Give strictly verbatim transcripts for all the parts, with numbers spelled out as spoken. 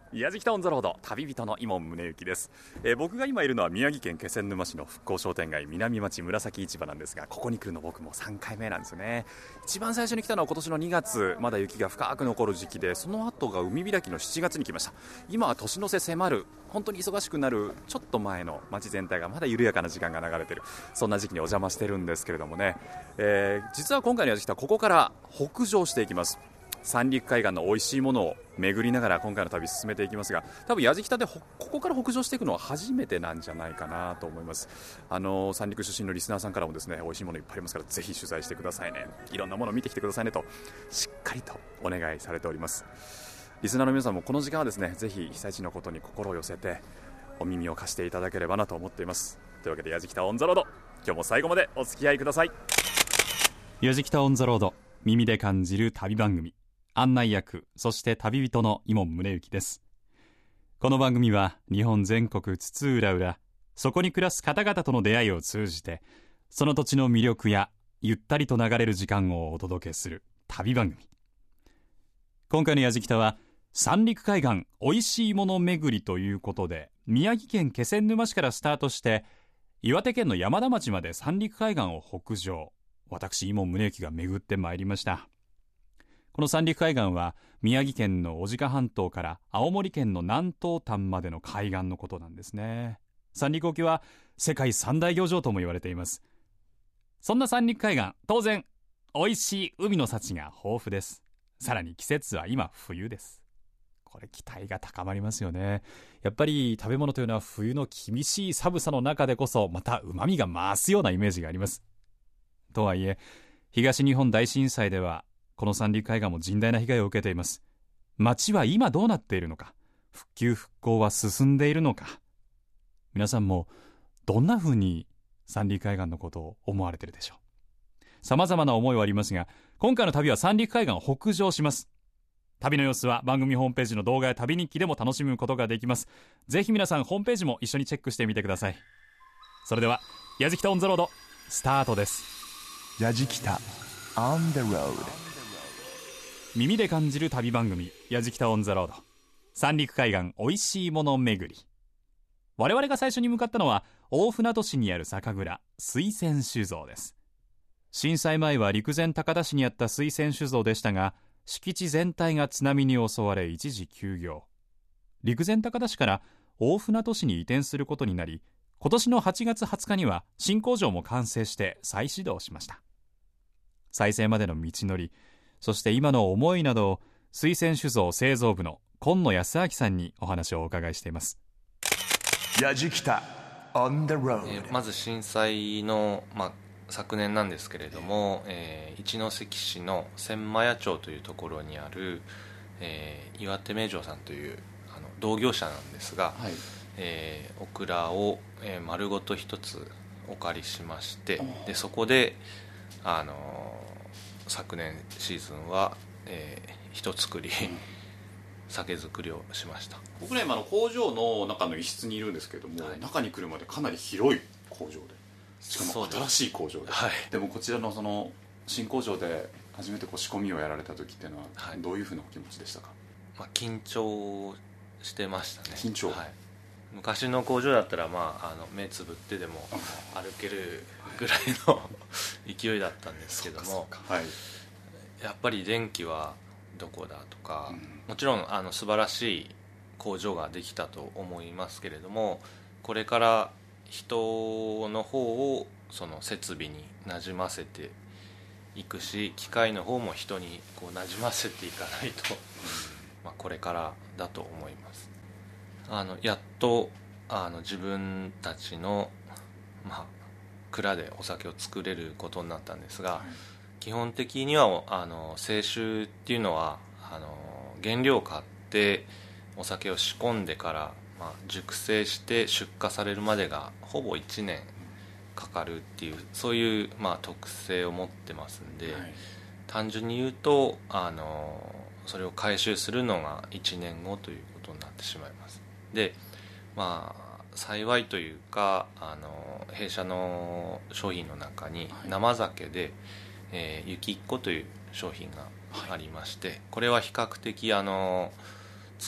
矢敷タウンザロード旅人の伊門宗行です、えー、僕が今いるのは宮城県気仙沼市の復興商店街南町紫市場なんですが、ここに来るの僕もさんかいめなんですよね。一番最初に来たのは今年のにがつ、まだ雪が深く残る時期で、その後が海開きのしちがつに来ました。今は年の瀬迫る、本当に忙しくなるちょっと前の街全体がまだ緩やかな時間が流れている、そんな時期にお邪魔してるんですけれどもね、えー、実は今回の矢敷タはここから北上していきます。三陸海岸の美味しいものを巡りながら今回の旅進めていきますが、多分矢敷タでここから北上していくのは初めてなんじゃないかなと思います。あの三陸出身のリスナーさんからもですね、美味しいものいっぱいありますからぜひ取材してくださいね、いろんなものを見てきてくださいねとしっかりとお願いされております。リスナーの皆さんもこの時間はですね、ぜひ被災地のことに心を寄せてお耳を貸していただければなと思っています。というわけで矢敷タオンザロード、今日も最後までお付き合いください。矢敷タオンザロード、耳で感じる旅番組、案内役、そして旅人の伊門宗行です。この番組は日本全国津々浦々、そこに暮らす方々との出会いを通じて、その土地の魅力やゆったりと流れる時間をお届けする旅番組。今回の矢敷タは三陸海岸おいしいもの巡りということで、宮城県気仙沼市からスタートして岩手県の山田町まで三陸海岸を北上、私伊門宗行が巡ってまいりました。この三陸海岸は宮城県の小鹿半島から青森県の南東端までの海岸のことなんですね。三陸沖は世界三大漁場とも言われています。そんな三陸海岸、当然おいしい海の幸が豊富です。さらに季節は今冬です。これ期待が高まりますよね。やっぱり食べ物というのは冬の厳しい寒さの中でこそまた旨味が増すようなイメージがあります。とはいえ東日本大震災ではこの三陸海岸も甚大な被害を受けています。町は今どうなっているのか、復旧復興は進んでいるのか、皆さんもどんな風に三陸海岸のことを思われているでしょう。様々な思いはありますが、今回の旅は三陸海岸を北上します。旅の様子は番組ホームページの動画や旅日記でも楽しむことができます。ぜひ皆さんホームページも一緒にチェックしてみてください。それでは矢敷タオンザロードスタートです。 矢敷タ On the road、 耳で感じる旅番組、矢敷タオンザロード三陸海岸おいしいもの巡り。我々が最初に向かったのは大船渡市にある酒蔵水仙酒造です。震災前は陸前高田市にあった水仙酒造でしたが、敷地全体が津波に襲われ一時休業。陸前高田市から大船渡市に移転することになり、今年のはちがつはつかには新工場も完成して再始動しました。再生までの道のり、そして今の思いなどを水仙酒造製造部の今野康明さんにお話をお伺いしています。 矢敷タ On the road、 えー、まず震災の、まあ、昨年なんですけれども、えー、一関市の千満谷町というところにある、えー、岩手名城さんというあの同業者なんですが、はい、えー、オクラを、えー、丸ごと一つお借りしまして、でそこで、あのー昨年シーズンは、えー、一作り、うん、酒造りをしました。 僕ね、今の工場の中の一室にいるんですけども、はい、中に来るまでかなり広い工場で、しかも新しい工場で、はい、でもこちらのその新工場で初めてこう仕込みをやられた時っていうのは、はい、どういうふうなお気持ちでしたか？ まあ、緊張してましたね。 緊張、はい、 昔の工場だったら、まあ、あの目つぶってでも歩けるぐらいの勢いだったんですけども、はい、やっぱり電気はどこだとか、うん、もちろんあの素晴らしい工場ができたと思いますけれども、これから人の方をその設備になじませていくし、機械の方も人にこうなじませていかないと、まあ、これからだと思います。あのやっとあの自分たちの、まあ、蔵でお酒を作れることになったんですが、はい、基本的にはあの清酒っていうのはあの原料を買ってお酒を仕込んでから、まあ、熟成して出荷されるまでがほぼいちねんかかるっていう、そういう、まあ、特性を持ってますんで、はい、単純に言うとあのそれを回収するのがいちねんごということになってしまいます。で、まあ幸いというか、あの弊社の商品の中に生酒で、はい、えー、雪っ子という商品がありまして、これは比較的あの作っ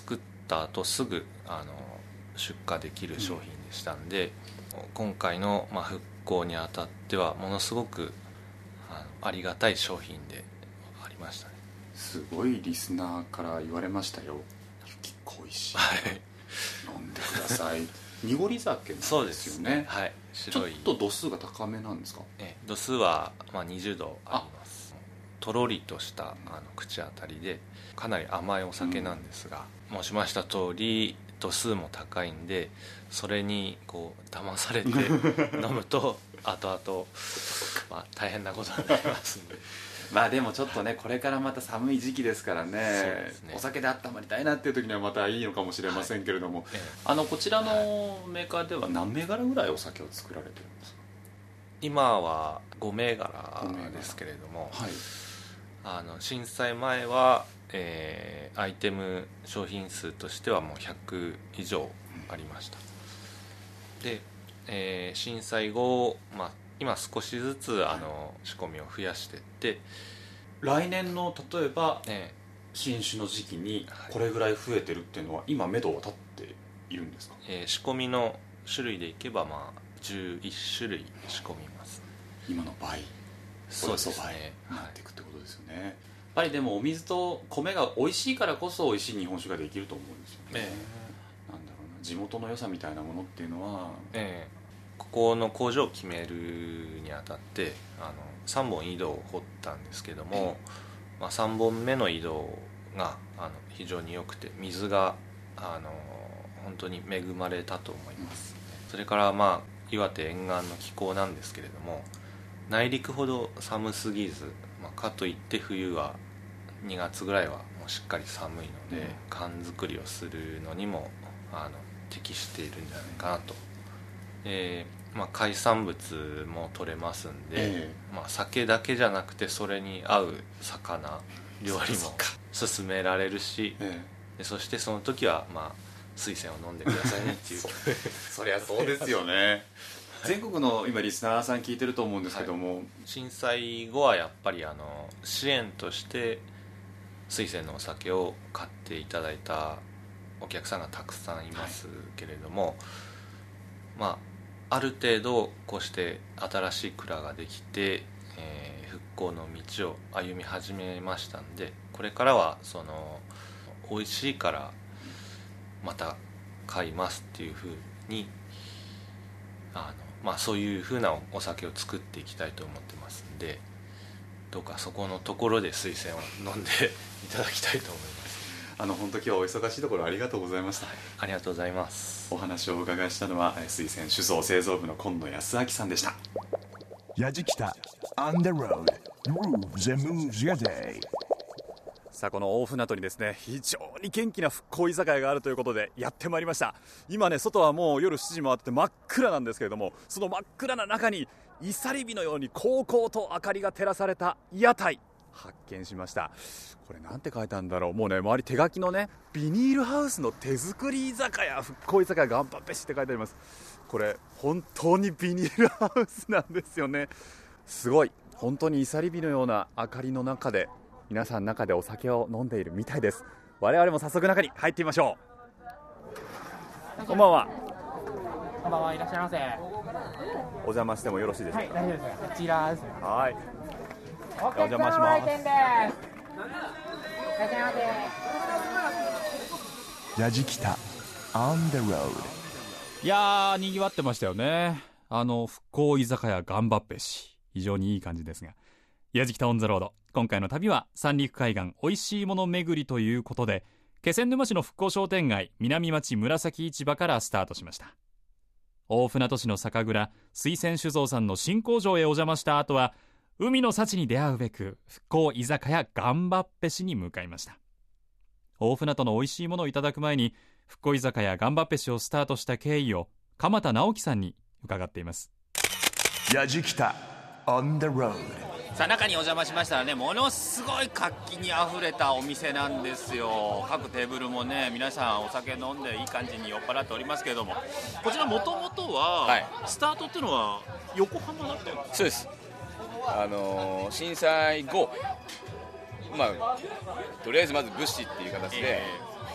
った後すぐあの出荷できる商品でしたんで、うん、今回の、まあ、復興にあたってはものすごく あのありがたい商品でありましたね。 すごいリスナーから言われましたよ。雪恋しい、はい、飲んでください濁り酒なんですよね。そうですね、はい、白いちょっと度数が高めなんですか？ え度数は、まあ、にじゅうどあります。とろりとしたあの口当たりでかなり甘いお酒なんですが、うん、申しました通り度数も高いんで、それにこう騙されて飲むと後々、まあ、大変なことになりますんでまあでもちょっとねこれからまた寒い時期ですから ね, ねお酒で温まりたいなっていう時にはまたいいのかもしれませんけれども、はい、あのこちらのメーカーでは何銘柄ぐらいお酒を作られてるんですか？ 今はご銘柄ですけれども、はい、あの震災前は、えー、アイテム商品数としてはもうひゃく以上ありました、うん、で、えー、震災後、まあ今少しずつあの仕込みを増やしていって、 来年の例えば、ええ、新酒の時期にこれぐらい増えてるっていうのは今目処は立っているんですか？ えー、仕込みの種類でいけば、まあ、じゅういち種類仕込みます。 今の倍、そうですね、およそ倍になっていくってことですよね、はい、やっぱりでもお水と米が美味しいからこそ美味しい日本酒ができると思うんですよね、えー、なんだろうな、地元の良さみたいなものっていうのは、えーここの工場を決めるにあたってあのさんぼん井戸を掘ったんですけども、まあ、さんぼんめの井戸があの非常に良くて水があの本当に恵まれたと思います。それからまあ岩手沿岸の気候なんですけれども、内陸ほど寒すぎず、まあ、かといって冬はにがつぐらいはもうしっかり寒いので、缶作りをするのにもあの適しているんじゃないかなと。えーまあ、海産物も取れますんで、えーまあ、酒だけじゃなくてそれに合う魚料理も勧められるし、えー、でそしてその時は、まあ、水仙を飲んでくださいねっていうそりゃそうですよね全国の今リスナーさん聞いてると思うんですけども、はい、 震災後はやっぱりあの支援として水仙のお酒を買っていただいたお客さんがたくさんいますけれども、はい、まあある程度こうして新しい蔵ができて、えー、復興の道を歩み始めましたんで、これからはその美味しいからまた買いますっていうふうにあの、まあ、そういうふうなお酒を作っていきたいと思ってますんで、どうかそこのところで水仙を飲んでいただきたいと思います。 あの本当今日はお忙しいところありがとうございました、はい、 ありがとうございます。 お話をお伺いしたのは水仙酒造製造部の今野康明さんでした。 やじきた On the road Grooves and Moves your day。 さあこの大船渡にですね非常に元気な復興居酒屋があるということでやってまいりました。今ね外はもう夜しちじ回って真っ暗なんですけれども、その真っ暗な中にいさり火のように煌々と明かりが照らされた屋台発見しました。これなんて書いてあるんだろう。もうね周り手書きのねビニールハウスの手作り居酒屋復興居酒屋ガンパペシって書いてあります。これ本当にビニールハウスなんですよね。すごい本当にいさり火のような明かりの中で皆さん中でお酒を飲んでいるみたいです。我々も早速中に入ってみましょう。こんばんは。 こんばんは、いらっしゃいませ。 お邪魔してもよろしいでしょうか？ はい、大丈夫です。こちらですね。 はい、 お邪魔します。いらっしゃいませ。 やじきた On the road。 いやーにぎわってましたよね。あの復興居酒屋ガンバッペシ、非常にいい感じですが、やじきたオンザロード、今回の旅は三陸海岸おいしいもの巡りということで、気仙沼市の復興商店街南町紫市場からスタートしました。大船渡市の酒蔵水仙酒造さんの新工場へお邪魔した後は、海の幸に出会うべく復興居酒屋ガンバッペ市に向かいました。大船渡の美味しいものをいただく前に、復興居酒屋ガンバッペ市をスタートした経緯を鎌田直樹さんに伺っています。 やじきた On the road。 さあ中にお邪魔しましたらね、ものすごい活気にあふれたお店なんですよ。各テーブルもね皆さんお酒飲んでいい感じに酔っ払っておりますけれども、こちらもともとは、はい、スタートっていうのは横浜だったんですか？ そうです。あのー、震災後、まあ、とりあえずまず物資っていう形で、えー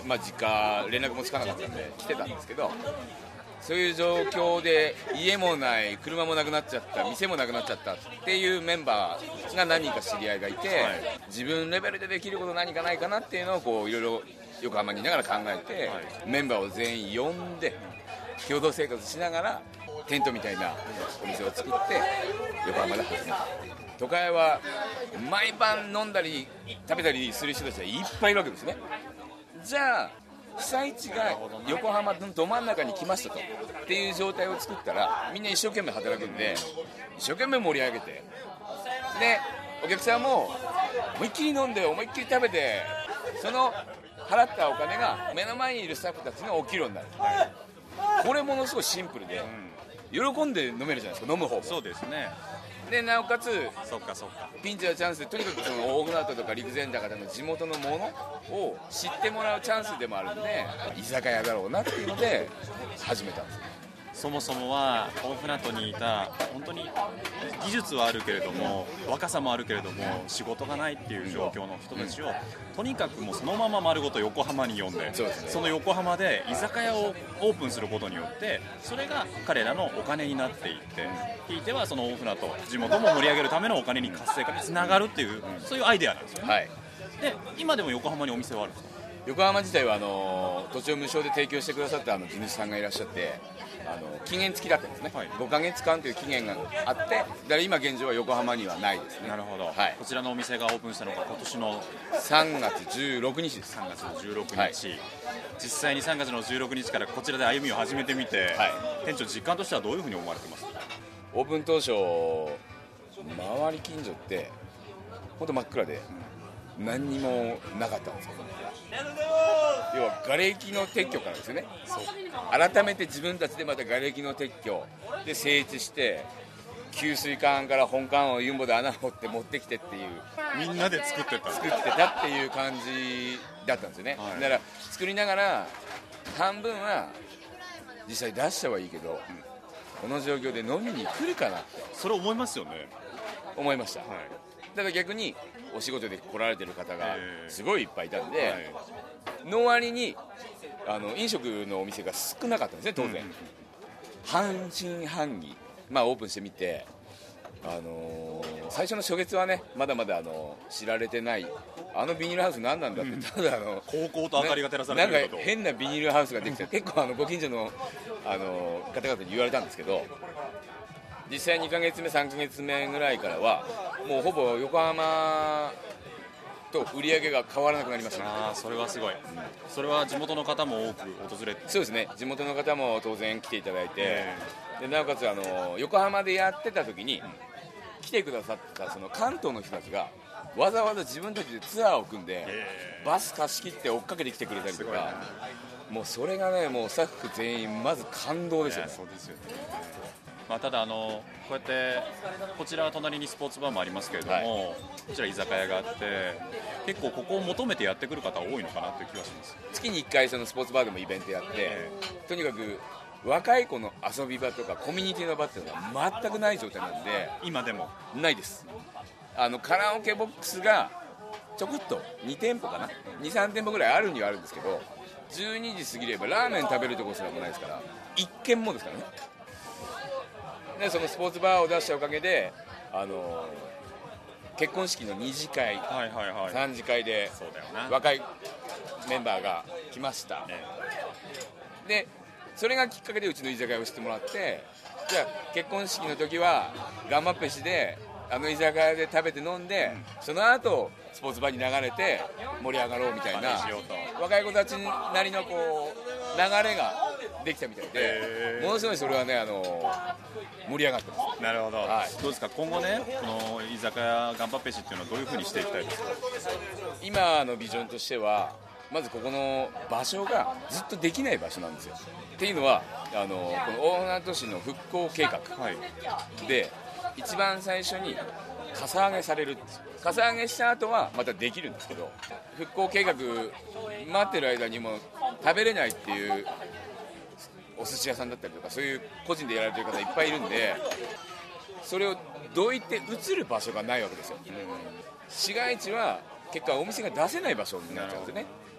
まあ、実家連絡もつかなかったんで来てたんですけど、そういう状況で家もない車もなくなっちゃった店もなくなっちゃったっていうメンバーが何人か知り合いがいて、はい、自分レベルでできること何かないかなっていうのをこういろいろ横浜にいながら考えて、はい、メンバーを全員呼んで共同生活しながらテントみたいなお店を作って横浜で始めた。都会は毎晩飲んだり食べたりする人たちがいっぱいいるわけですね。じゃあ被災地が横浜のど真ん中に来ましたとっていう状態を作ったらみんな一生懸命働くんで一生懸命盛り上げて、でお客さんも思いっきり飲んで思いっきり食べて、その払ったお金が目の前にいるスタッフたちのお給料になる、はい、これものすごいシンプルで、うん、喜んで飲めるじゃないですか、飲む方も。 そうですね。 でなおかつそっかそっかピンチはチャンスで、とにかくその大船渡とか陸前高田の地元のものを知ってもらうチャンスでもあるんで、居酒屋だろうなっていうので始めたんです。 そもそもは大船渡にいた本当に技術はあるけれども若さもあるけれども仕事がないっていう状況の人たちを、うん、とにかくもうそのまま丸ごと横浜に呼んで、 そ, うです、ね、その横浜で居酒屋をオープンすることによってそれが彼らのお金になっていって、ひいてはその大船渡地元も盛り上げるためのお金に活性化につながるっていう、うん、そういうアイデアなんですよね、はい、で今でも横浜にお店はあるんですか？ 横浜自体はあの土地を無償で提供してくださったあの地主さんがいらっしゃって、あの期限付きだったんですね、はい、ごかげつかんという期限があって、だから今現状は横浜にはないですね。 なるほど、 はい、 こちらのお店がオープンしたのが今年のさんがつじゅうろくにちです。 さんがつのじゅうろくにち、はい、実際にさんがつのじゅうろくにちからこちらで歩みを始めてみて、はい、店長実感としてはどういうふうに思われてますか？ オープン当初周り近所って本当真っ暗で何にもなかったんですよ。要は瓦礫の撤去からですよね。そう改めて自分たちでまた瓦礫の撤去で整地して給水管から本管をユンボで穴を掘って持ってきてっていう、 みんなで作ってた作ってたっていう感じだったんですよね、はい、だから作りながら半分は実際出したはいいけど、うん、この状況で飲みに来るかなってそれ思いますよね。 思いました、はい、ただ逆にお仕事で来られてる方がすごいいっぱいいたんで、えーはい、の割にあの飲食のお店が少なかったんですね当然、うん、半信半疑、まあ、オープンしてみて、あのー、最初の初月はねまだまだあの知られてないあのビニールハウス何なんだって、うん、ただあの高校と明かりが照らされてるなんか変なビニールハウスができて結構あのご近所の、あのー、方々に言われたんですけど、実際にかげつめさんかげつめぐらいからはもうほぼ横浜と売り上げが変わらなくなりました、ね、 あそれはすごい、うん、それは地元の方も多く訪れて。 そうですね、地元の方も当然来ていただいて、でなおかつあの横浜でやってた時に来てくださったその関東の人たちがわざわざ自分たちでツアーを組んでバス貸し切って追っかけてきてくれたりとか、もうそれがねもうスタッフ全員まず感動ですよね。 そうですよね。まあ、ただあのこうやってこちらは隣にスポーツバーもありますけれども、はい、こちら居酒屋があって結構ここを求めてやってくる方多いのかなという気はします。 月にいっかいそのスポーツバーでもイベントやって、えー、とにかく若い子の遊び場とかコミュニティの場っていうのは全くない状態なんで、 今でもないです。あのカラオケボックスがちょこっとにてんぽかな にさんてんぽぐらいあるにはあるんですけど、じゅうにじ過ぎればラーメン食べるところすらもないですから、一軒もですからね。でそのスポーツバーを出したおかげで、あのー、結婚式のに次会、はいはいはい、さん次会でそうだよな若いメンバーが来ました、ね、でそれがきっかけでうちの居酒屋を知ってもらって、じゃあ結婚式の時はガンマッペシであの居酒屋で食べて飲んで、うん、その後スポーツバーに流れて盛り上がろうみたいな若い子たちなりのこう流れができたみたいで、ものすごいそれはね、あの盛り上がってます。 なるほど、はい、どうですか今後ね、この居酒屋ガンパッペシっていうのはどういう風にしていきたいですか？ 今のビジョンとしてはまずここの場所がずっとできない場所なんですよ。っていうのはあのこの大船渡市の復興計画で、はい、一番最初にかさ上げされる。かさ上げした後はまたできるんですけど、復興計画待ってる間にも食べれないっていうお寿司屋さんだったりとか、そういう個人でやられてる方いっぱいいるんで、それをどいて移る場所がないわけですよ。市街地は結果お店が出せない場所になっちゃうんですよね。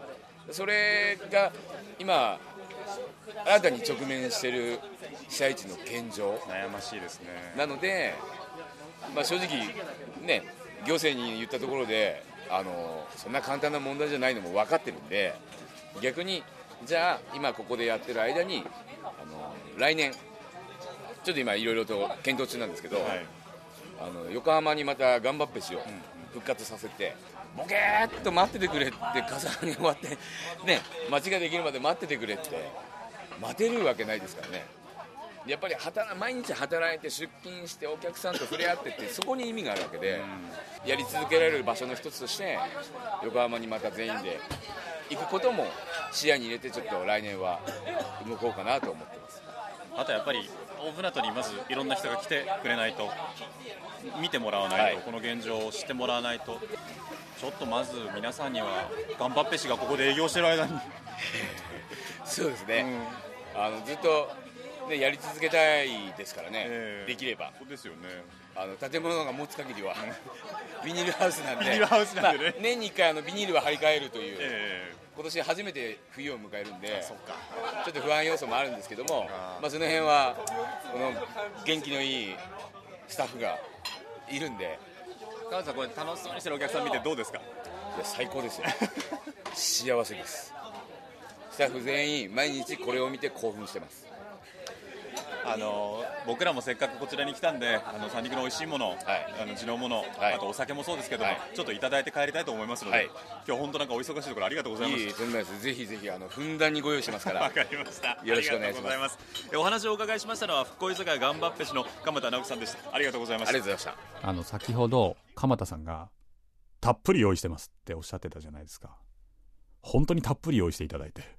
それが今新たに直面している被災地の現状、 悩ましいですね。 なので、まあ、正直ね、行政に言ったところであのそんな簡単な問題じゃないのも分かってるんで、逆にじゃあ今ここでやってる間にあの来年ちょっと今いろいろと検討中なんですけど、はい、あの横浜にまたガンバッペシを復活させて、ボケーっと待っててくれって、重ね終わってね、街ができるまで待っててくれって待てるわけないですからね。やっぱり働毎日働いて出勤してお客さんと触れ合ってって、そこに意味があるわけで、やり続けられる場所の一つとして横浜にまた全員で行くことも視野に入れて、ちょっと来年は動こうかなと思ってます。 あとやっぱり大船渡にまずいろんな人が来てくれないと、見てもらわないと、はい、この現状を知ってもらわないと、ちょっとまず皆さんにはガンバッペ氏がここで営業してる間にそうですね、うん、あのずっと、ね、やり続けたいですからね、えー、できれば。 そうですよね。 あの建物が持つ限りはビニールハウスなんで、 ビニールハウスなんでね、 まあ、年にいっかいあのビニールは張り替えるという、 えー、 今年初めて冬を迎えるんで、 そっか、 ちょっと不安要素もあるんですけども、まあ、その辺はこの元気のいいスタッフがいるんで。 川内さん、これ楽しそうにしてるお客さん見てどうですか？ いや、最高ですよ幸せです。スタッフ全員毎日これを見て興奮してます。 あの僕らもせっかくこちらに来たんで、あの三陸の美味しいもの、はい、あの地のもの、はい、あとお酒もそうですけども、はい、ちょっといただいて帰りたいと思いますので、はい、今日本当なんかお忙しいところありがとうございます。 いい、とんでもないです。ぜひぜひあのふんだんにご用意しますからわかりました。 よろしくお願いします。 お話をお伺いしましたのは復興居酒屋ガンバッペ氏の鎌田直樹さんでした。ありがとうございました。 ありがとうございました。 あの先ほど鎌田さんがたっぷり用意してますっておっしゃってたじゃないですか。本当にたっぷり用意していただいて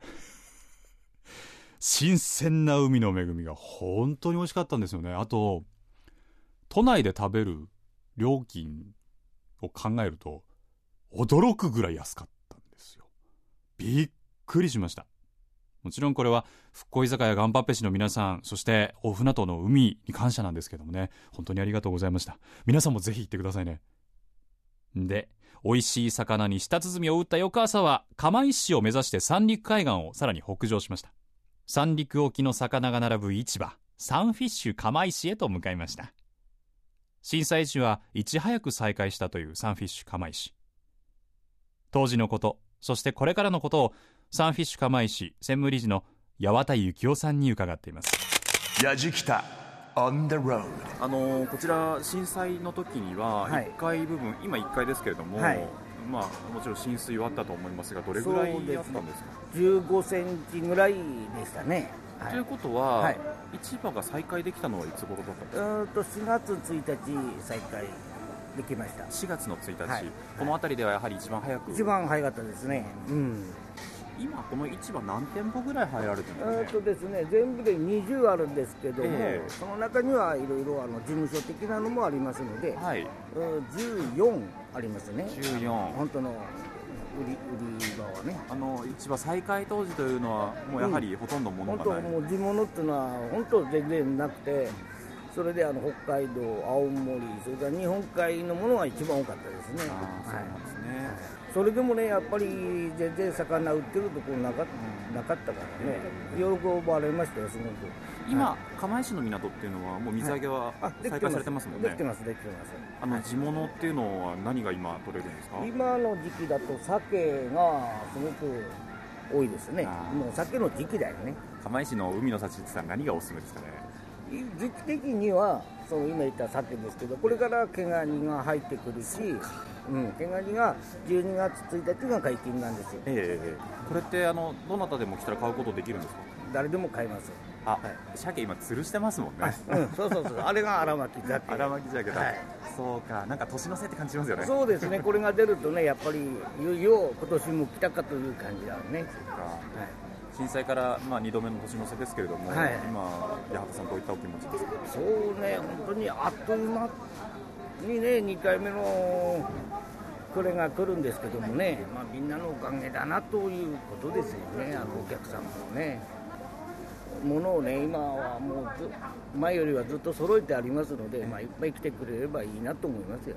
新鮮な海の恵みが本当に美味しかったんですよね。あと都内で食べる料金を考えると驚くぐらい安かったんですよ。びっくりしました。もちろんこれは復興居酒屋ガンバッペ氏の皆さん、そして大船渡の海に感謝なんですけどもね、本当にありがとうございました。皆さんもぜひ行ってくださいね。で、美味しい魚に舌鼓を打った翌朝は釜石市を目指して三陸海岸をさらに北上しました。三陸沖の魚が並ぶ市場サンフィッシュ釜石へと向かいました。震災時はいち早く再開したというサンフィッシュ釜石。当時のこと、そしてこれからのことをサンフィッシュ釜石専務理事の八幡幸雄さんに伺っています。 やじきた on the road。 あのこちら震災の時にはいっかい部分、はい、今いっかいですけれども、はい、まあ、もちろん浸水はあったと思いますが、どれぐらいあったんですか？ じゅうごセンチぐらいでしたね。 はい、ということは、はい、市場が再開できたのはいつ頃だったんですか？ うんとしがつついたち再開できました。 しがつのついたち、はい、このは辺りではやはり一番早く、 一番早かったですね。うん、 今この市場何店舗ぐらい入られてるんですかね？ えーとですね、全部でにじゅうあるんですけども、えー、その中にはいろいろあの事務所的なのもありますので、はい、じゅうよんありますね。 じゅうよん、 本当の売り、売り場はね。 あの市場再開当時というのはもうやはりほとんど物がない、 うん、本当もう地物っていうのは本当全然なくて、それであの北海道、青森、それから日本海のものが一番多かったですね。 あ、そうなんですね。はい、 それでもね、やっぱり全然魚売ってるところなか、うん、なかったからね、喜ばれましたよ、すごく。 今、はい、釜石の港っていうのはもう水揚げは再開されてますもんね。 できてます、できてます。 あの地物っていうのは何が今取れるんですか？ 今の時期だと鮭がすごく多いですね。もう鮭の時期だよね。 釜石の海の幸って言ったら何がおすすめですかね？ 時期的にはその今言った鮭ですけど、これから毛ガニが入ってくるし、うん、毛ガニがじゅうにがつついたちが解禁なんですよ。 ええー、これってあのどなたでも来たら買うことできるんですか？ 誰でも買います。 あ、はい、鮭今吊るしてますもんね。 うん、そうそうそう、あれが荒巻鮭。 荒巻鮭だ、はい、そうか、なんか年の瀬って感じしますよね。 そうですね、これが出るとね、やっぱりいよいよ今年も来たかという感じだね。 そうか、はい、震災から、まあ、にどめの年の瀬ですけれども、はい、今、八幡さんどういったお気持ちですか？ そうね、本当にあっという間にね、にかいめのこれが来るんですけどもね、まあ、みんなのおかげだなということですよね。あのお客さんもね、ものをね、今はもうず前よりはずっと揃えてありますので、まあ、いっぱい来てくれればいいなと思いますよ。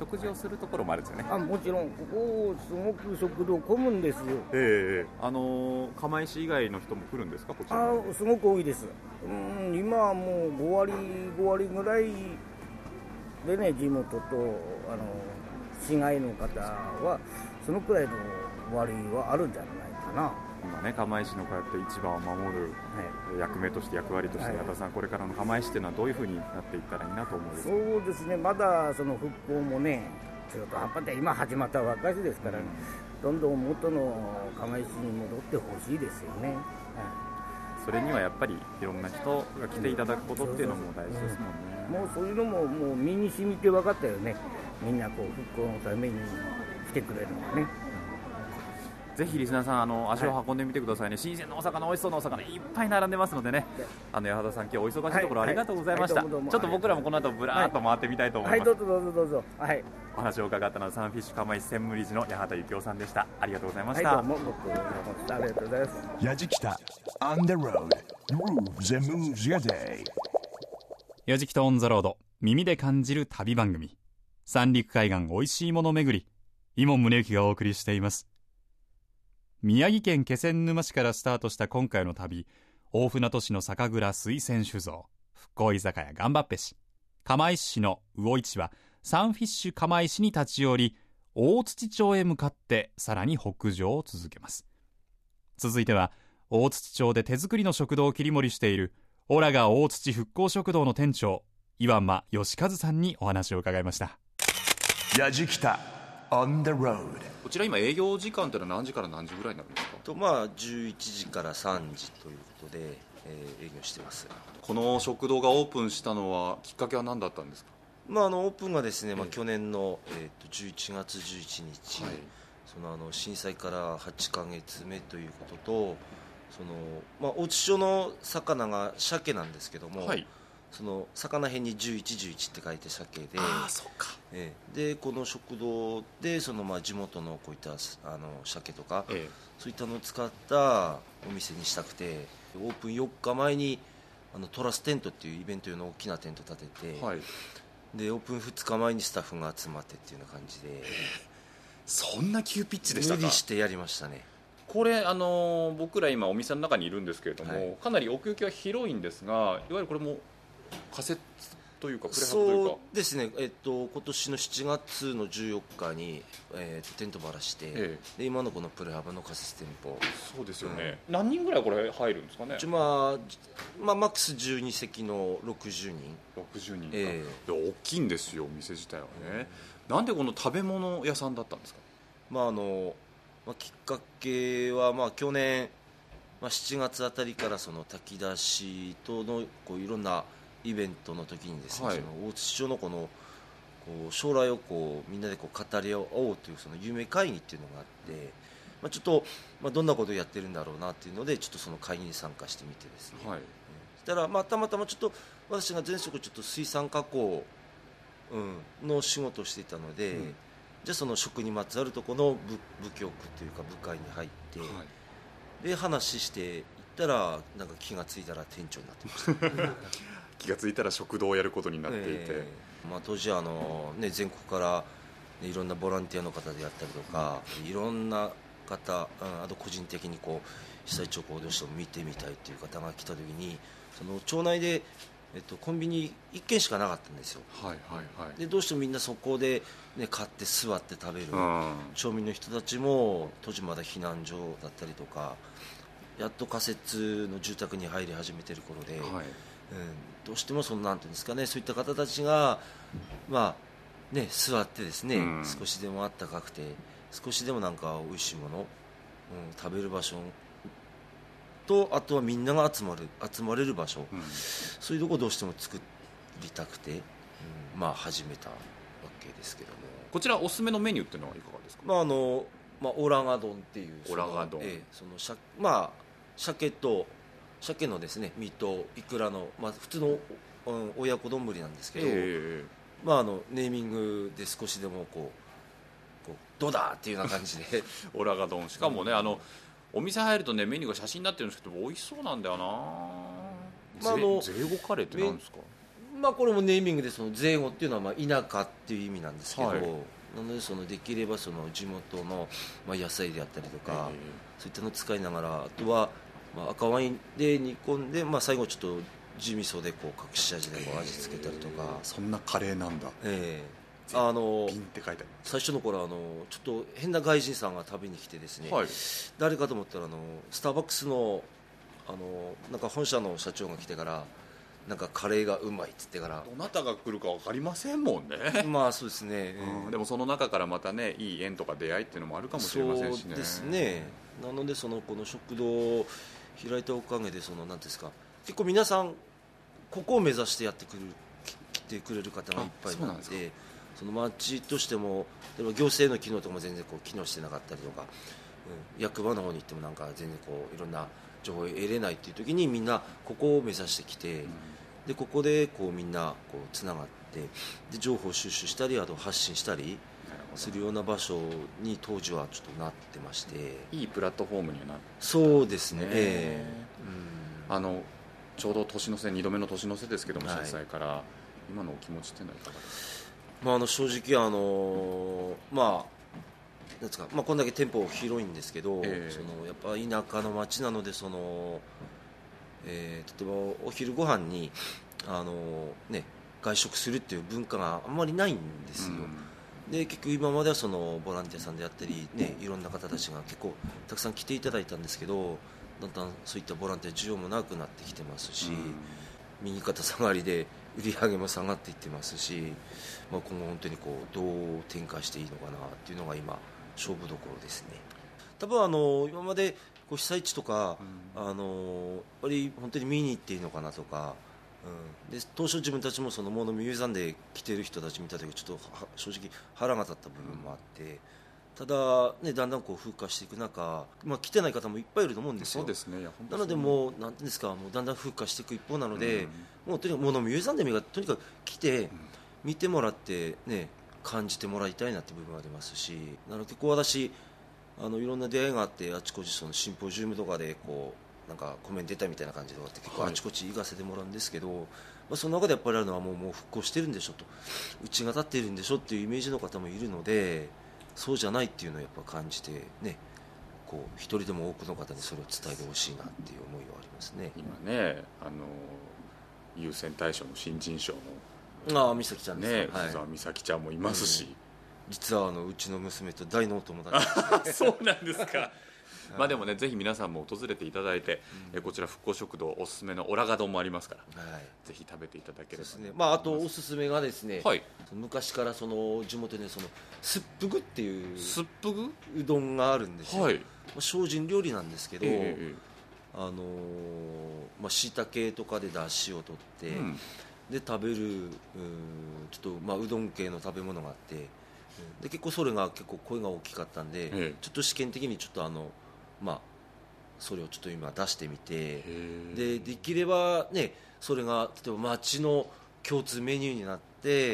食事をするところもあるんですよね。 あ、もちろんここすごく食堂混むんですよ。 ええあのー、釜石以外の人も来るんですか、こちら。 あ、すごく多いです。うん、今はもうご割ご割ぐらいでね、地元とあの市外の方はそのくらいの割はあるんじゃないかな。 今ね、釜石のこうやって市場を守る役目として、役割として、矢田さん、これからの釜石っていうのはどういうふうになっていったらいいなと思うんですか。 そうですね、まだその復興もね、中途半端で今始まったばかりですから、ね、うん、どんどん元の釜石に戻ってほしいですよね。はい、 それにはやっぱりいろんな人が来ていただくことっていうのも大事ですもんね。 もうそういうのももう身に染みて分かったよね。みんなこう復興のために来てくれるのね。 ぜひリスナーさん、あの足を運んでみてくださいね、はい、新鮮なお魚、美味しそうなお魚いっぱい並んでますのでね、あの八幡さん、今日お忙しいところありがとうございました。はいはい、ちょっと僕らもこの後ブラーっと回ってみたいと思います。 はい、はい、どうぞどうぞどうぞ。はい、 お話を伺ったのはサンフィッシュ釜石専務理事の八幡幸雄さんでした。ありがとうございました。 はい、どうも僕もありがとうございます。 やじきた On the road grooves and moves your day。 やじきたオンザロード、耳で感じる旅番組、三陸海岸おいしいもの巡り、伊門宗行がお送りしています。宮城県気仙沼市からスタートした今回の旅、大船渡市の酒蔵水仙酒造、復興居酒屋がんばっぺし、釜石市の魚市場サンフィッシュ釜石に立ち寄り、大槌町へ向かってさらに北上を続けます。続いては大槌町で手作りの食堂を切り盛りしているオラが大槌復興食堂の店長、岩間義和さんにお話を伺いました。 やじきた On the road。 こちら今営業時間というのは何時から何時ぐらいになるんですか。 と、まあ、じゅういちじからさんじということで、えー、営業してます。 この食堂がオープンしたのはきっかけは何だったんですか。 まあ、あのオープンがですね、まあ、去年の、えー、とじゅういちがつじゅういちにち、はい、そのあの震災からはちかげつめということと、その、まあ、大津町の魚が鮭なんですけども、はい、その魚辺にじゅういち、じゅういちって書いて鮭で、 あ、そうか、 えー、でこの食堂でその、まあ、地元のこういったあの鮭とか、ええ、そういったのを使ったお店にしたくて、オープンよっかまえにあのトラステントっていうイベント用の大きなテント立てて、はい、でオープンふつかまえにスタッフが集まってっていうような感じで、 そんな急ピッチでしたか。 無理してやりましたね。 これ、あのー、僕ら今お店の中にいるんですけれども、はい、かなり奥行きは広いんですが、いわゆるこれも仮設というかプレハブというか。 そうですね、えっと、今年のしちがつのじゅうよっかに、えー、テント張らして、ええ、で今のこのプレハブの仮設店舗。 そうですよね、うん、何人ぐらいこれ入るんですかね。 まあまあ、マックスじゅうにせきのろくじゅうにん。 ろくじゅうにんか、ええ、大きいんですよ店自体はね、うん、なんでこの食べ物屋さんだったんですか。 まああのまあ、きっかけは、まあ、去年、まあ、しちがつあたりからその炊き出しとのこういろんなイベントの時にですね、はい、その大津町のこのこう将来をこうみんなでこう語り合おうというその夢会議っていうのがあって、まあ、ちょっと、まあ、どんなことをやってるんだろうなっていうのでちょっとその会議に参加してみてですね、はい、そしたら、まあ、たまたまちょっと私が前職ちょっと水産加工、うん、の仕事をしていたので、うん、じゃあその食にまつわるところの 部, 部局というか部会に入って、はい、で話していったらなんか気がついたら店長になってました気がついたら食堂をやることになっていて、えーまあ、当時あの、ね、全国から、ね、いろんなボランティアの方であったりとか、うん、いろんな方、あと個人的にこう被災地をこうどうしても見てみたいという方が来た時にその町内で、えっと、コンビニいっけんしかなかったんですよ、はいはいはい、でどうしてもみんなそこで、ね、買って座って食べる、うん、町民の人たちも当時まだ避難所だったりとかやっと仮設の住宅に入り始めている頃で、はい、うん、どうしてもそのなんていうんですかね、そういった方たちが、まあね、座ってですね、うん、少しでもあったかくて少しでもなんか美味しいもの、うん、食べる場所とあとはみんなが集まる集まれる場所、うん、そういうところをどうしても作りたくて、うん、まあ始めたわけですけども、 こちらおすすめのメニューっていうのはいかがですか。 まああのまあ、オラガ丼っていうオラガ丼、 ええ、そのしゃまあ鮭と鮭のですね身とイクラの、まあ、普通の、うん、親子丼なんですけど、えーまあ、あのネーミングで少しでもこうこうどうだっていうような感じでオラガ丼、しかもね、あのお店入るとねメニューが写真になってるんですけど美味しそうなんだよな、 まあ、あのゼイゴカレーって何ですか。 まあこれもネーミングでそのゼーゴっていうのはまあ田舎っていう意味なんですけど、はい、なのでそのできればその地元のまあ野菜であったりとか、そういったのを使いながら、あとはまあ赤ワインで煮込んで、まあ最後ちょっと地味噌でこう隠し味でこう味付けたりとか。 そんなカレーなんだ。 ええあの瓶って書いてある。 最初の頃あのちょっと変な外人さんが食べに来てですね、はい、誰かと思ったらあのスターバックスのあのなんか本社の社長が来てからなんかカレーがうまいっつってから、 どなたが来るか分かりませんもんね。 まあそうですね、 うん、でもその中からまたねいい縁とか出会いっていうのもあるかもしれませんしね。 そうですね。なのでそのこの食堂を開いたおかげでそのなんですか、結構皆さんここを目指してやってくる来てくれる方がいっぱいなので、その町としても例えば行政の機能とかも全然こう機能してなかったりとか、うん、役場の方に行ってもなんか全然こういろんな情報を得れないっていう時にみんなここを目指してきて、うん、でここでこうみんなこうつながってで情報収集したりあと発信したりするような場所に当時はちょっとなってまして、 いいプラットフォームにはなって、 そうですね、えーうん、あのちょうど年の瀬にどめの年の瀬ですけども、震災から、はい、今のお気持ちっていうのはいかがですか？ まあ、あの正直あのまあなんですか、まあ、こんだけ店舗広いんですけど、えー、そのやっぱ田舎の町なのでその、えー、例えばお昼ご飯にあの、ね、外食するっていう文化があんまりないんですよ、うん、で結局今まではそのボランティアさんであったり、ね、いろんな方たちが結構たくさん来ていただいたんですけど、だんだんそういったボランティア需要もなくなってきてますし、うん、右肩下がりで売り上げも下がっていってますし、まあ、今後本当にこうどう展開していいのかなっていうのが今勝負どころですね。多分あの今までこう被災地とか、うん、あのやっぱり本当に見に行っていいのかなとか、うん、で当初自分たちもその物見山で来てる人たち見た時ちょっと正直腹が立った部分もあって、ただ、ね、だんだんこう風化していく中、まあ、来てない方もいっぱいいると思うんですよ。 そうですね。いや本当なのでもうなんていうんですか、もうだんだん風化していく一方なので、うん、もうとにかく物見山でがとにかく来て、うん、見てもらって、ね、感じてもらいたいなって部分はありますし、なので結構私あのいろんな出会いがあって、あちこちそのシンポジウムとかでこうなんかコメント出たみたいな感じでって結構あちこち行かせてもらうんですけど、はい、まあ、その中でやっぱりあるのはもう、もう復興してるんでしょと、うちが立っているんでしょっていうイメージの方もいるので、そうじゃないっていうのをやっぱ感じてね、こう一人でも多くの方にそれを伝えてほしいなっていう思いはありますね。 今ね、あの優先大賞の新人賞のああ美咲ちゃんですね、 福沢美咲ちゃんもいますし、うん、 実はあのうちの娘と大のお友達ですそうなんですかまあでもね、ぜひ皆さんも訪れていただいて、うん、こちら復興食堂おすすめのオラガ丼もありますから、はい、ぜひ食べていただければ、 ですね、まあ、あとおすすめがですね、 はい、 昔からその地元でそのすっぷぐっていうすっぷぐうどんがあるんですよ、 はい、 まあ、精進料理なんですけど、 えーあのーまあ、椎茸とかで出汁を取って、うん、で食べるうちょっと、まあ、うどん系の食べ物があって、で結構それが結構声が大きかったんで、えー、ちょっと試験的にちょっとあのまあ、それをちょっと今出してみて、でできればね、それが例えば町の共通メニューになって、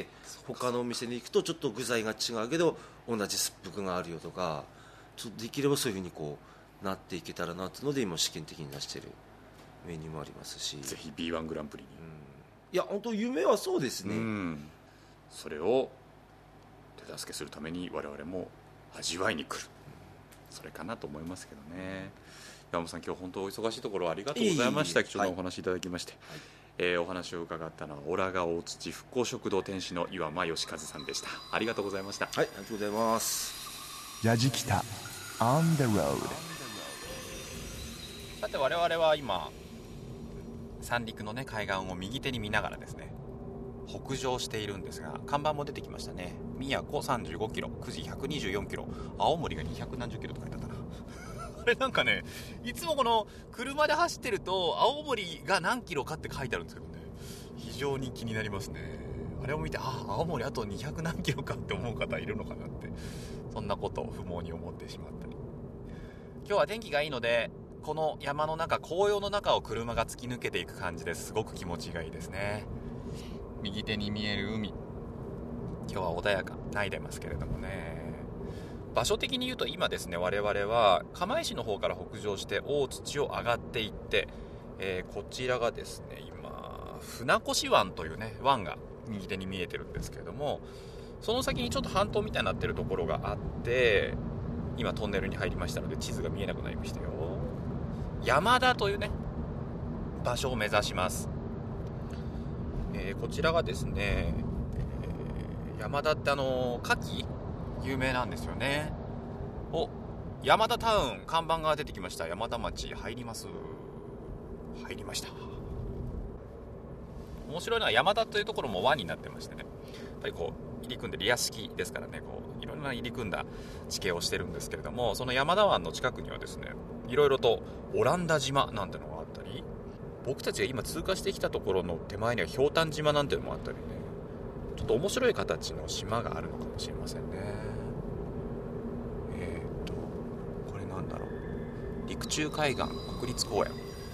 他のお店に行くとちょっと具材が違うけど同じすっぷくがあるよとか、ちょっとできればそういうふうにこうなっていけたらなというので今試験的に出しているメニューもありますし、 ぜひ ビーワン グランプリに、うん、 いや本当夢はそうですね、うん、 それを手助けするために我々も味わいに来る、それかなと思いますけどね。山本さん、今日本当お忙しいところありがとうございました。貴重なお話いただきまして、はい、えー、お話を伺ったのはオラガ大槌復興食堂店主の岩間義和さんでした。ありがとうございました。 はい、ありがとうございます。 やじきた On the road。 さて我々は今三陸の、ね、海岸を右手に見ながらですね、北上しているんですが、看板も出てきましたね。宮古さんじゅうごキロ、久慈ひゃくにじゅうよんキロ、青森がにひゃくなんじゅっキロと書いてあったなあれなんかね、いつもこの車で走ってると青森が何キロかって書いてあるんですけどね、非常に気になりますね。あれを見て、あ、青森あとにひゃくなんキロかって思う方いるのかなって、そんなことを不毛に思ってしまったり。今日は天気がいいので、この山の中、紅葉の中を車が突き抜けていく感じです。すごく気持ちがいいですね。右手に見える海、今日は穏やかないでますけれどもね。場所的に言うと今ですね、我々は釜石の方から北上して大槌を上がっていって、えー、こちらがですね、今船越湾というね湾が右手に見えてるんですけれども、その先にちょっと半島みたいになってるところがあって、今トンネルに入りましたので地図が見えなくなりましたよ。山田というね場所を目指します。えー、こちらがですね、えー、山田ってあの牡蠣有名なんですよね。お、山田タウン看板が出てきました。山田町入ります。入りました。面白いのは山田というところも湾になってましてね、やっぱりこう入り組んでリア式ですからね、こういろんな入り組んだ地形をしてるんですけれども、その山田湾の近くにはですね、いろいろとオランダ島なんてのがあったり、僕たちが今通過してきたところの手前にはひょうたん島なんてのもあったりね、ちょっと面白い形の島があるのかもしれませんね。えーとこれなんだろう、陸中海岸国立公園。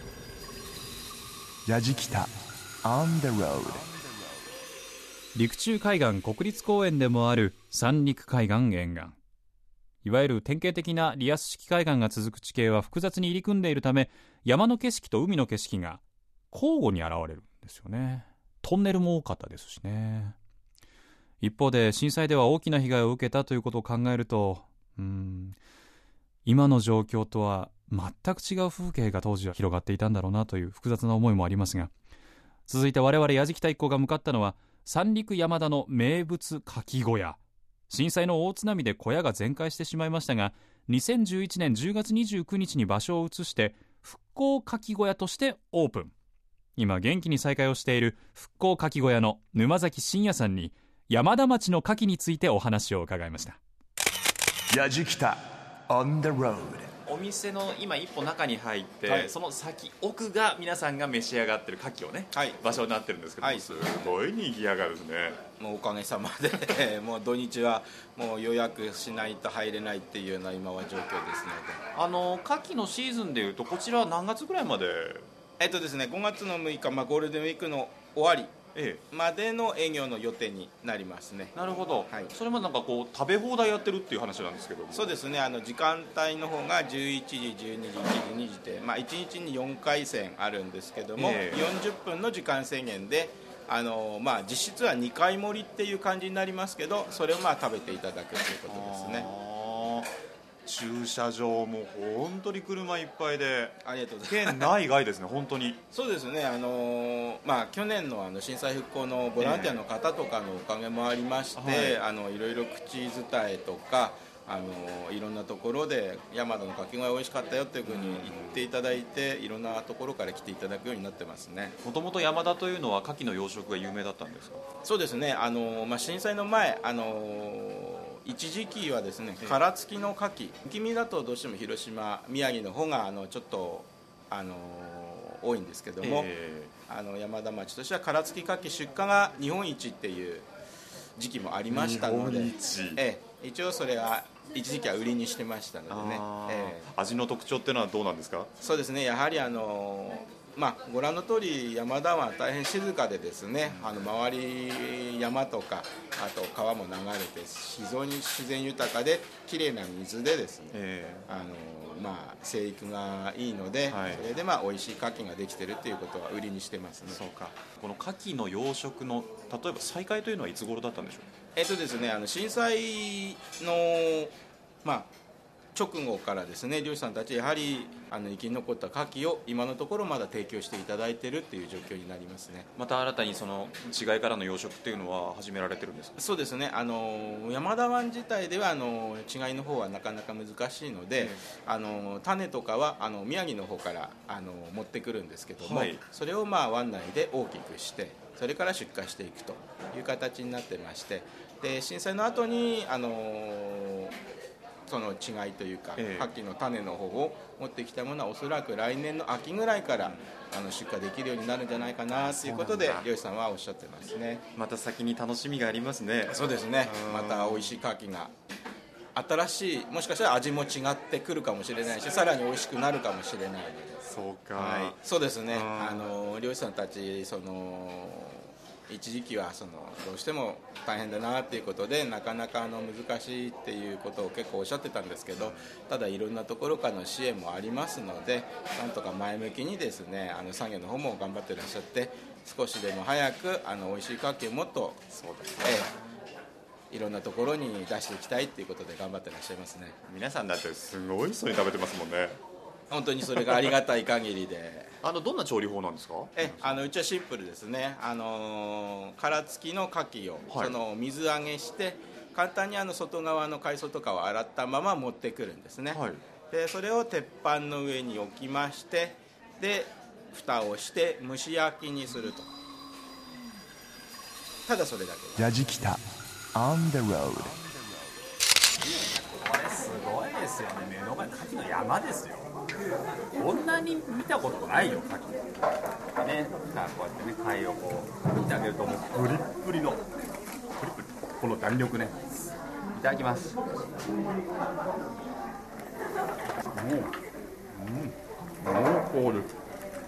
やじきた On the road。 陸中海岸国立公園でもある三陸海岸沿岸、いわゆる典型的なリアス式海岸が続く地形は複雑に入り組んでいるため、山の景色と海の景色が交互に現れるんですよね。トンネルも多かったですしね。一方で震災では大きな被害を受けたということを考えると、うーん今の状況とは全く違う風景が当時は広がっていたんだろうなという複雑な思いもありますが、続いて我々やじきた一行が向かったのは三陸山田の名物牡蠣小屋。震災の大津波で小屋が全壊してしまいましたが、にせんじゅういちねんじゅうがつにじゅうくにちに場所を移して復興牡蠣小屋としてオープン。今元気に再開をしている復興牡蠣小屋の沼崎真也さんに山田町の牡蠣についてお話を伺いました。 やじきた On the road。 お店の今一歩中に入って、 はい、 その先奥が皆さんが召し上がってる牡蠣をね、はい、場所になってるんですけど、はい、すごい賑やかですね。 もうおかげさまでもう土日はもう予約しないと入れないっていうような今は状況ですので、 あの牡蠣のシーズンでいうとこちらは何月ぐらいまで？ えっとですねごがつのむいか、まあ、ゴールデンウィークの終わりまでの営業の予定になりますね。 なるほど、はい、それもなんかこう食べ放題やってるっていう話なんですけども。 そうですね、あの時間帯の方がじゅういちじ、じゅうにじ、いちじ、にじで、まあ、いちにちによんかいせんあるんですけども、えー、よんじゅっぷんの時間制限であの、まあ、実質はにかい盛りっていう感じになりますけど、それをまあ食べていただくということですね。 駐車場も本当に車いっぱいで、 ありがとうございます。 県内外ですね本当に。 そうですね、あのまあ、去年 の, あの震災復興のボランティアの方とかのおかげもありまして、えーはい、あのいろいろ口伝えとかあのいろんなところで山田のかき小屋美味しかったよというふうに言っていただいて、いろんなところから来ていただくようになってますね。 もともと山田というのは牡蠣の養殖が有名だったんですか？ そうですね、あの、まあ、震災の前あの一時期はですね、殻付きの牡蠣、雪見だとどうしても広島、宮城の方があのちょっとあの多いんですけども、えー、あの山田町としては殻付き牡蠣出荷が日本一っていう時期もありましたので、ええ、一応それは一時期は売りにしてましたのでね、ええ、 味の特徴っていうのはどうなんですか？ そうですね、やはりあのまあ、ご覧の通り山田は大変静かでですね、あの周り山とかあと川も流れて非常に自然豊かで綺麗な水でですね、えーあのまあ、生育がいいので、はい、それでまあ美味しい牡蠣ができているということは売りにしてますね。 そうか。この牡蠣の養殖の例えば再開というのはいつ頃だったんでしょう？ えっとですね、あの震災のまあ直後からですね、漁師さんたちやはりあの生き残った牡蠣を今のところまだ提供していただいているという状況になりますね。 また新たにその違いからの養殖っていうのは始められてるんですか？ そうですね、あの山田湾自体ではあの違いの方はなかなか難しいので、あの種とかはあの宮城の方からあの持ってくるんですけども、はい、それをまあ湾内で大きくしてそれから出荷していくという形になってまして、で震災の後にあのその違いというか、ええ、牡蠣の種の方を持ってきたものはおそらく来年の秋ぐらいからあの出荷できるようになるんじゃないかなということで漁師さんはおっしゃってますね。 また先に楽しみがありますね。 そうですね、また美味しい牡蠣が新しい、もしかしたら味も違ってくるかもしれないし、さらに美味しくなるかもしれないので。 そうか、 はい、そうですね、あの漁師さんたちその一時期はそのどうしても大変だなっていうことでなかなかあの難しいっていうことを結構おっしゃってたんですけど、ただいろんなところからの支援もありますので、なんとか前向きにですねあの産業の方も頑張っていらっしゃって、少しでも早くあの美味しいカキをもっとそうですね、えー、いろんなところに出していきたいということで頑張っていらっしゃいますね。 皆さんだってすごい人に食べてますもんね。 本当にそれがありがたい限りであのどんな調理法なんですか？ えあのうちはシンプルですね。あの殻付きの牡蠣を、はい、その水揚げして簡単にあの外側の海藻とかを洗ったまま持ってくるんですね、はい、でそれを鉄板の上に置きまして、で蓋をして蒸し焼きにすると、ただそれだけ。 やじきた On the road。 これすごいですよね。目の前牡蠣の山ですよ。こんなに見たことないよ牡蠣ね。さあこうやってね貝をこう見てあげるともうプリップリのプリップリ、この弾力ね。いただきます。もううん濃厚です。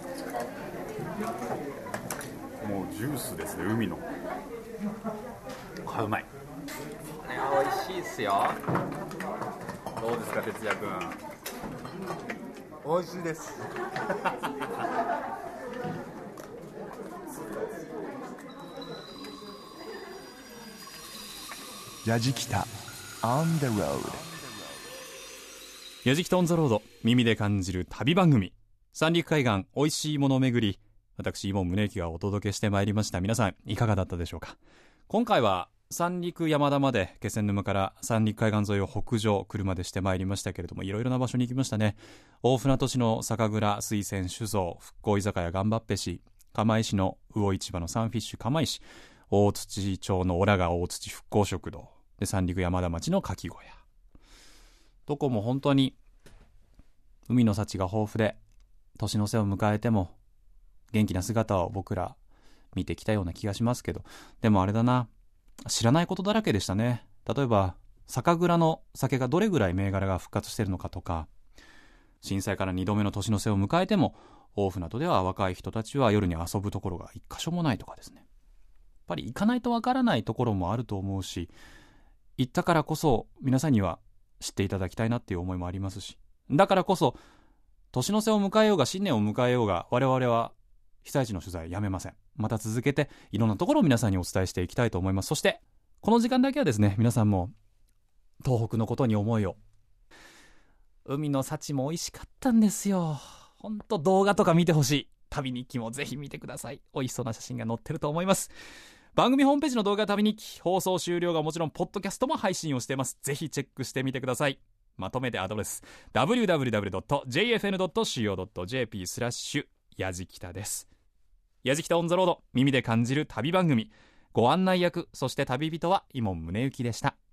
もうジュースですね、海の。あ、うまい。これは美味しいっすよ。どうですか哲也君。美味しいですやじきた On the road。 やじきたオンザロード、耳で感じる旅番組、三陸海岸おいしいもの巡り、私今宗行がお届けしてまいりました。皆さんいかがだったでしょうか。今回は三陸山田まで気仙沼から三陸海岸沿いを北上車でしてまいりましたけれども、いろいろな場所に行きましたね。大船渡市の酒蔵水仙酒造、復興居酒屋がんばっぺし、釜石の魚市場のサンフィッシュ釜石、大槌町のオラが大槌復興食堂で、三陸山田町のかき小屋、どこも本当に海の幸が豊富で、年の瀬を迎えても元気な姿を僕ら見てきたような気がしますけど、でもあれだな、知らないことだらけでしたね。例えば酒蔵の酒がどれぐらい銘柄が復活しているのかとか、震災からにどめの年の瀬を迎えても大船渡では若い人たちは夜に遊ぶところが一箇所もないとかですね。やっぱり行かないとわからないところもあると思うし、行ったからこそ皆さんには知っていただきたいなっていう思いもありますし、だからこそ年の瀬を迎えようが新年を迎えようが、我々は被災地の取材やめません。また続けていろんなところを皆さんにお伝えしていきたいと思います。そしてこの時間だけはですね、皆さんも東北のことに思いを、海の幸も美味しかったんですよ。ほんと動画とか見てほしい。旅日記もぜひ見てください。美味しそうな写真が載ってると思います。番組ホームページの動画旅日記、放送終了がもちろんポッドキャストも配信をしています。ぜひチェックしてみてください。まとめてアドレス ダブリューダブリューダブリュードットジェイエフエヌドットシーオードットジェーピー スラッシュやじきたです。やじきたオンザロード、耳で感じる旅番組、ご案内役、そして旅人は伊門宗行でした。